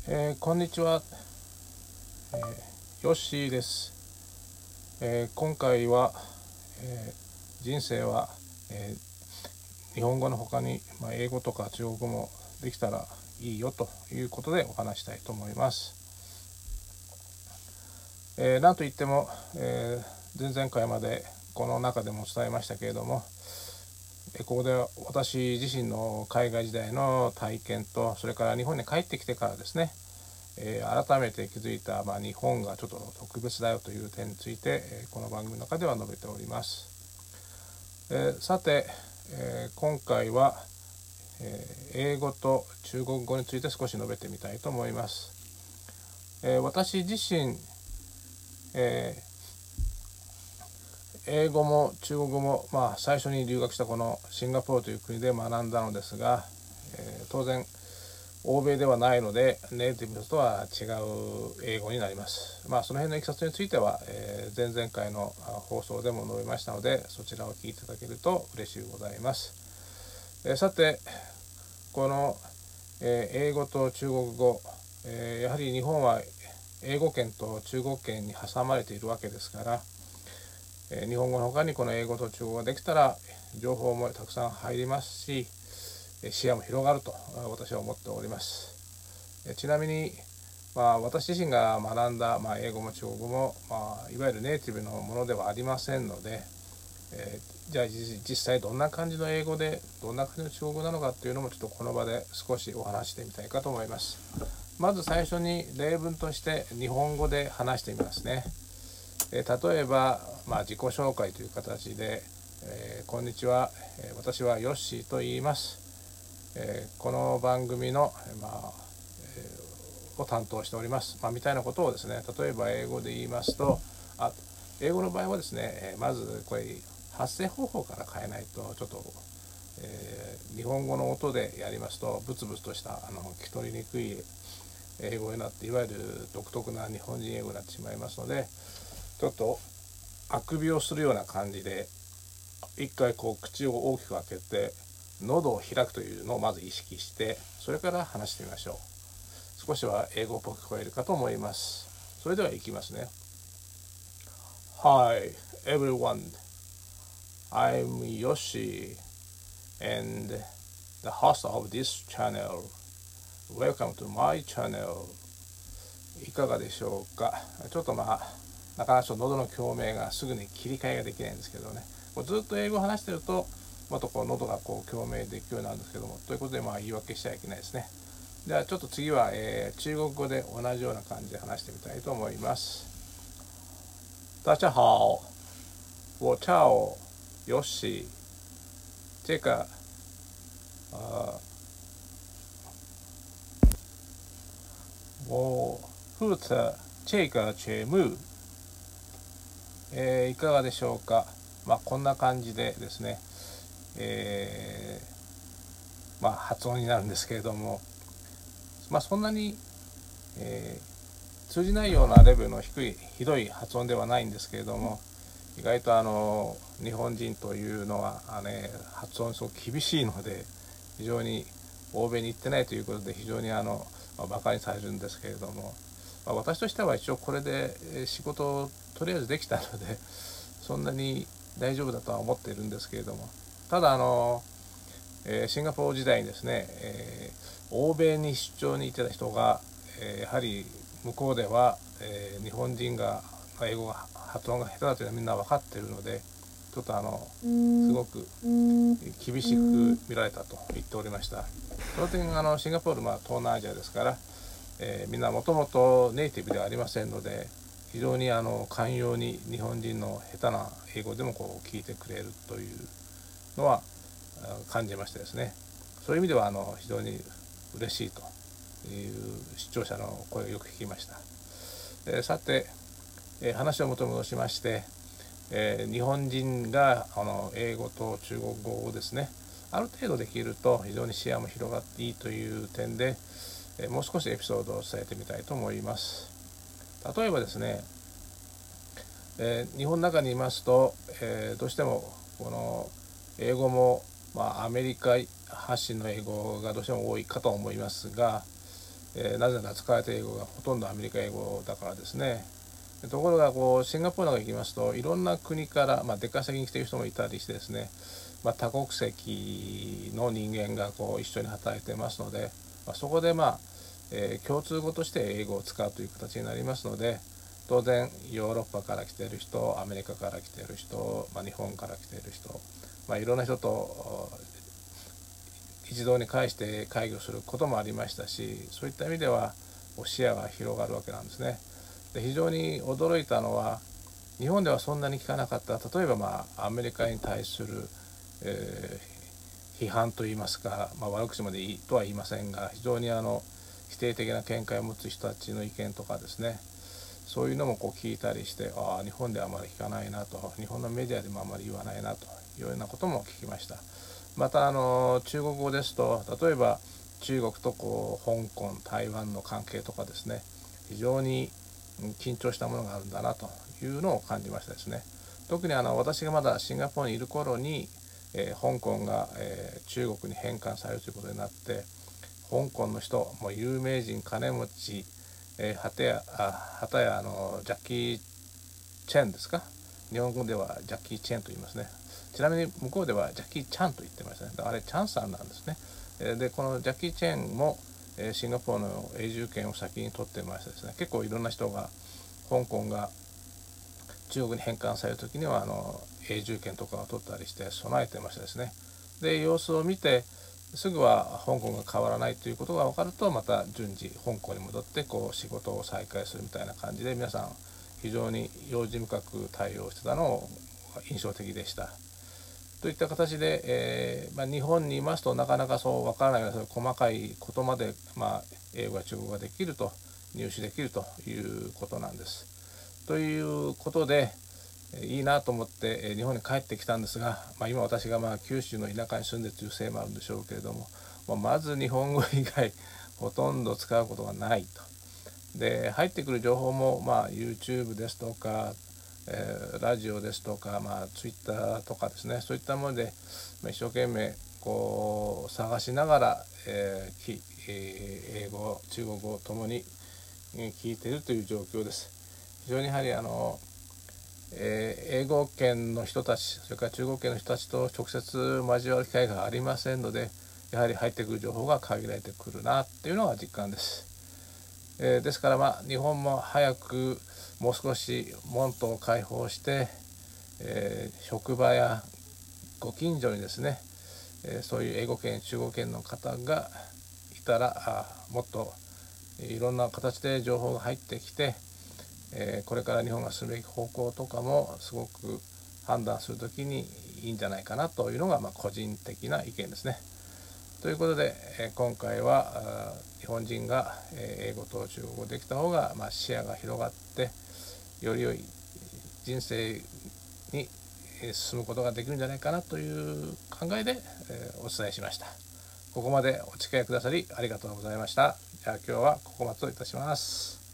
こんにちは、ヨッシーです。今回は、人生は、日本語の他に、英語とか中国語もできたらいいよということでお話したいと思います。なんといっても、前々回までこの中でも伝えましたけれども、ここで私自身の海外時代の体験と、それから日本に帰ってきてからですね、改めて気づいた、日本がちょっと特別だよという点について、この番組の中では述べております。さて、今回は、英語と中国語について少し述べてみたいと思います。私自身、英語も中国語も、最初に留学したこのシンガポールという国で学んだのですが、当然欧米ではないのでネイティブとは違う英語になります。その辺のいきさつについては、前々回の放送でも述べましたので、そちらを聞いていただけると嬉しいございます。さて、この、英語と中国語、やはり日本は英語圏と中国圏に挟まれているわけですから、日本語の他にこの英語と中国語ができたら情報もたくさん入りますし、視野も広がると私は思っております。ちなみに、私自身が学んだ、英語も中国語も、いわゆるネイティブのものではありませんので、じゃあ実際どんな感じの英語でどんな感じの中国語なのかっていうのもちょっとこの場で少しお話してみたいかと思います。まず最初に例文として日本語で話してみますね。例えば、自己紹介という形で、こんにちは、私はヨッシーと言います。この番組の、を担当しております、みたいなことをですね、例えば英語で言いますと、英語の場合はですね、まずこれ発声方法から変えないとちょっと、日本語の音でやりますとブツブツとした聞き取りにくい英語になって、いわゆる独特な日本人英語になってしまいますので、ちょっとあくびをするような感じで一回口を大きく開けて喉を開くというのをまず意識して、それから話してみましょう。少しは英語っぽく聞こえるかと思います。それではいきますね。Hi everyone, I'm Yoshi and the host of this channel. Welcome to my channel. いかがでしょうか。ちょっとなかなか喉の共鳴がすぐに切り替えができないんですけどね、ずっと英語を話してるともっと喉が共鳴できるようになるんですけども、ということで言い訳しちゃいけないですね。ではちょっと次は、中国語で同じような感じで話してみたいと思います。大家好，我叫ヨッシー。这个我负责这个节目。いかがでしょうか。こんな感じでですね、発音になるんですけれども、そんなに、通じないようなレベルの低いひどい発音ではないんですけれども、意外と日本人というのは発音すごく厳しいので、非常に欧米に行ってないということで非常にバカにされるんですけれども、私としては一応これで仕事をとりあえずできたのでそんなに大丈夫だとは思っているんですけれども、ただシンガポール時代にですね、欧米に出張に行ってた人が、やはり向こうでは、日本人が英語が発音が下手だというのはみんな分かっているので、ちょっとすごく厳しく見られたと言っておりました。その点シンガポール東南アジアですから、みんなもともとネイティブではありませんので、非常に寛容に日本人の下手な英語でも聞いてくれるというのは感じましてですね、そういう意味では非常に嬉しいという視聴者の声をよく聞きました。さて、話を元に戻しまして、日本人が英語と中国語をですね、ある程度できると非常に視野も広がっていいという点で、もう少しエピソードを伝えてみたいと思います。例えばですね、日本の中にいますと、どうしてもこの英語も、アメリカ発信の英語がどうしても多いかと思いますが、 なぜなら使われている英語がほとんどアメリカ英語だからですね。ところがシンガポールなんか行きますといろんな国から、出稼ぎに来ている人もいたりしてですね、多国籍の人間が一緒に働いてますので、そこで共通語として英語を使うという形になりますので、当然ヨーロッパから来ている人、アメリカから来ている人、日本から来ている人、いろんな人と一堂に会して会議をすることもありましたし、そういった意味では視野が広がるわけなんですね。で非常に驚いたのは、日本ではそんなに聞かなかった、例えばアメリカに対する、批判といいますか、悪口までいいとは言いませんが、非常に否定的な見解を持つ人たちの意見とかですね、そういうのも聞いたりして、日本ではあまり聞かないなと、日本のメディアでもあまり言わないなというようなことも聞きました。また中国語ですと、例えば中国と香港、台湾の関係とかですね、非常に緊張したものがあるんだなというのを感じましたですね。特に私がまだシンガポールにいる頃に、香港が、中国に返還されるということになって、香港の人、もう有名人、金持ち、はたやジャッキー・チェンですか、日本語ではジャッキー・チェンと言いますね。ちなみに向こうではジャッキー・チャンと言ってましたね。あれチャンさんなんですね。でこのジャッキー・チェンもシンガポールの永住権を先に取ってましてですね、結構いろんな人が香港が中国に返還される時には永住権とかを取ったりして備えてましたですね。で様子を見てすぐは香港が変わらないということが分かると、また順次香港に戻って仕事を再開するみたいな感じで、皆さん非常に用心深く対応してたのが印象的でした。といった形で、日本にいますとなかなかそう分からないような細かいことまで、英語や中国語ができると、入手できるということなんです。ということでいいなと思って日本に帰ってきたんですが、今私が九州の田舎に住んでいるというせいもあるんでしょうけれども、まず日本語以外ほとんど使うことがないと。で入ってくる情報も、YouTube ですとか、ラジオですとか、Twitter とかですね、そういったもので、一生懸命探しながら、英語中国語ともに聞いているという状況です。非常にやはり英語圏の人たち、それから中国圏の人たちと直接交わる機会がありませんので、やはり入ってくる情報が限られてくるなっていうのが実感です。ですから日本も早くもう少し門戸を開放して、職場やご近所にですね、そういう英語圏中国圏の方がいたらもっといろんな形で情報が入ってきて、これから日本が進むべき方向とかもすごく判断するときにいいんじゃないかなというのが個人的な意見ですね。ということで今回は日本人が英語と中国語できた方が視野が広がってより良い人生に進むことができるんじゃないかなという考えでお伝えしました。ここまでお付き合いくださりありがとうございました。じゃあ今日はここまでといたします。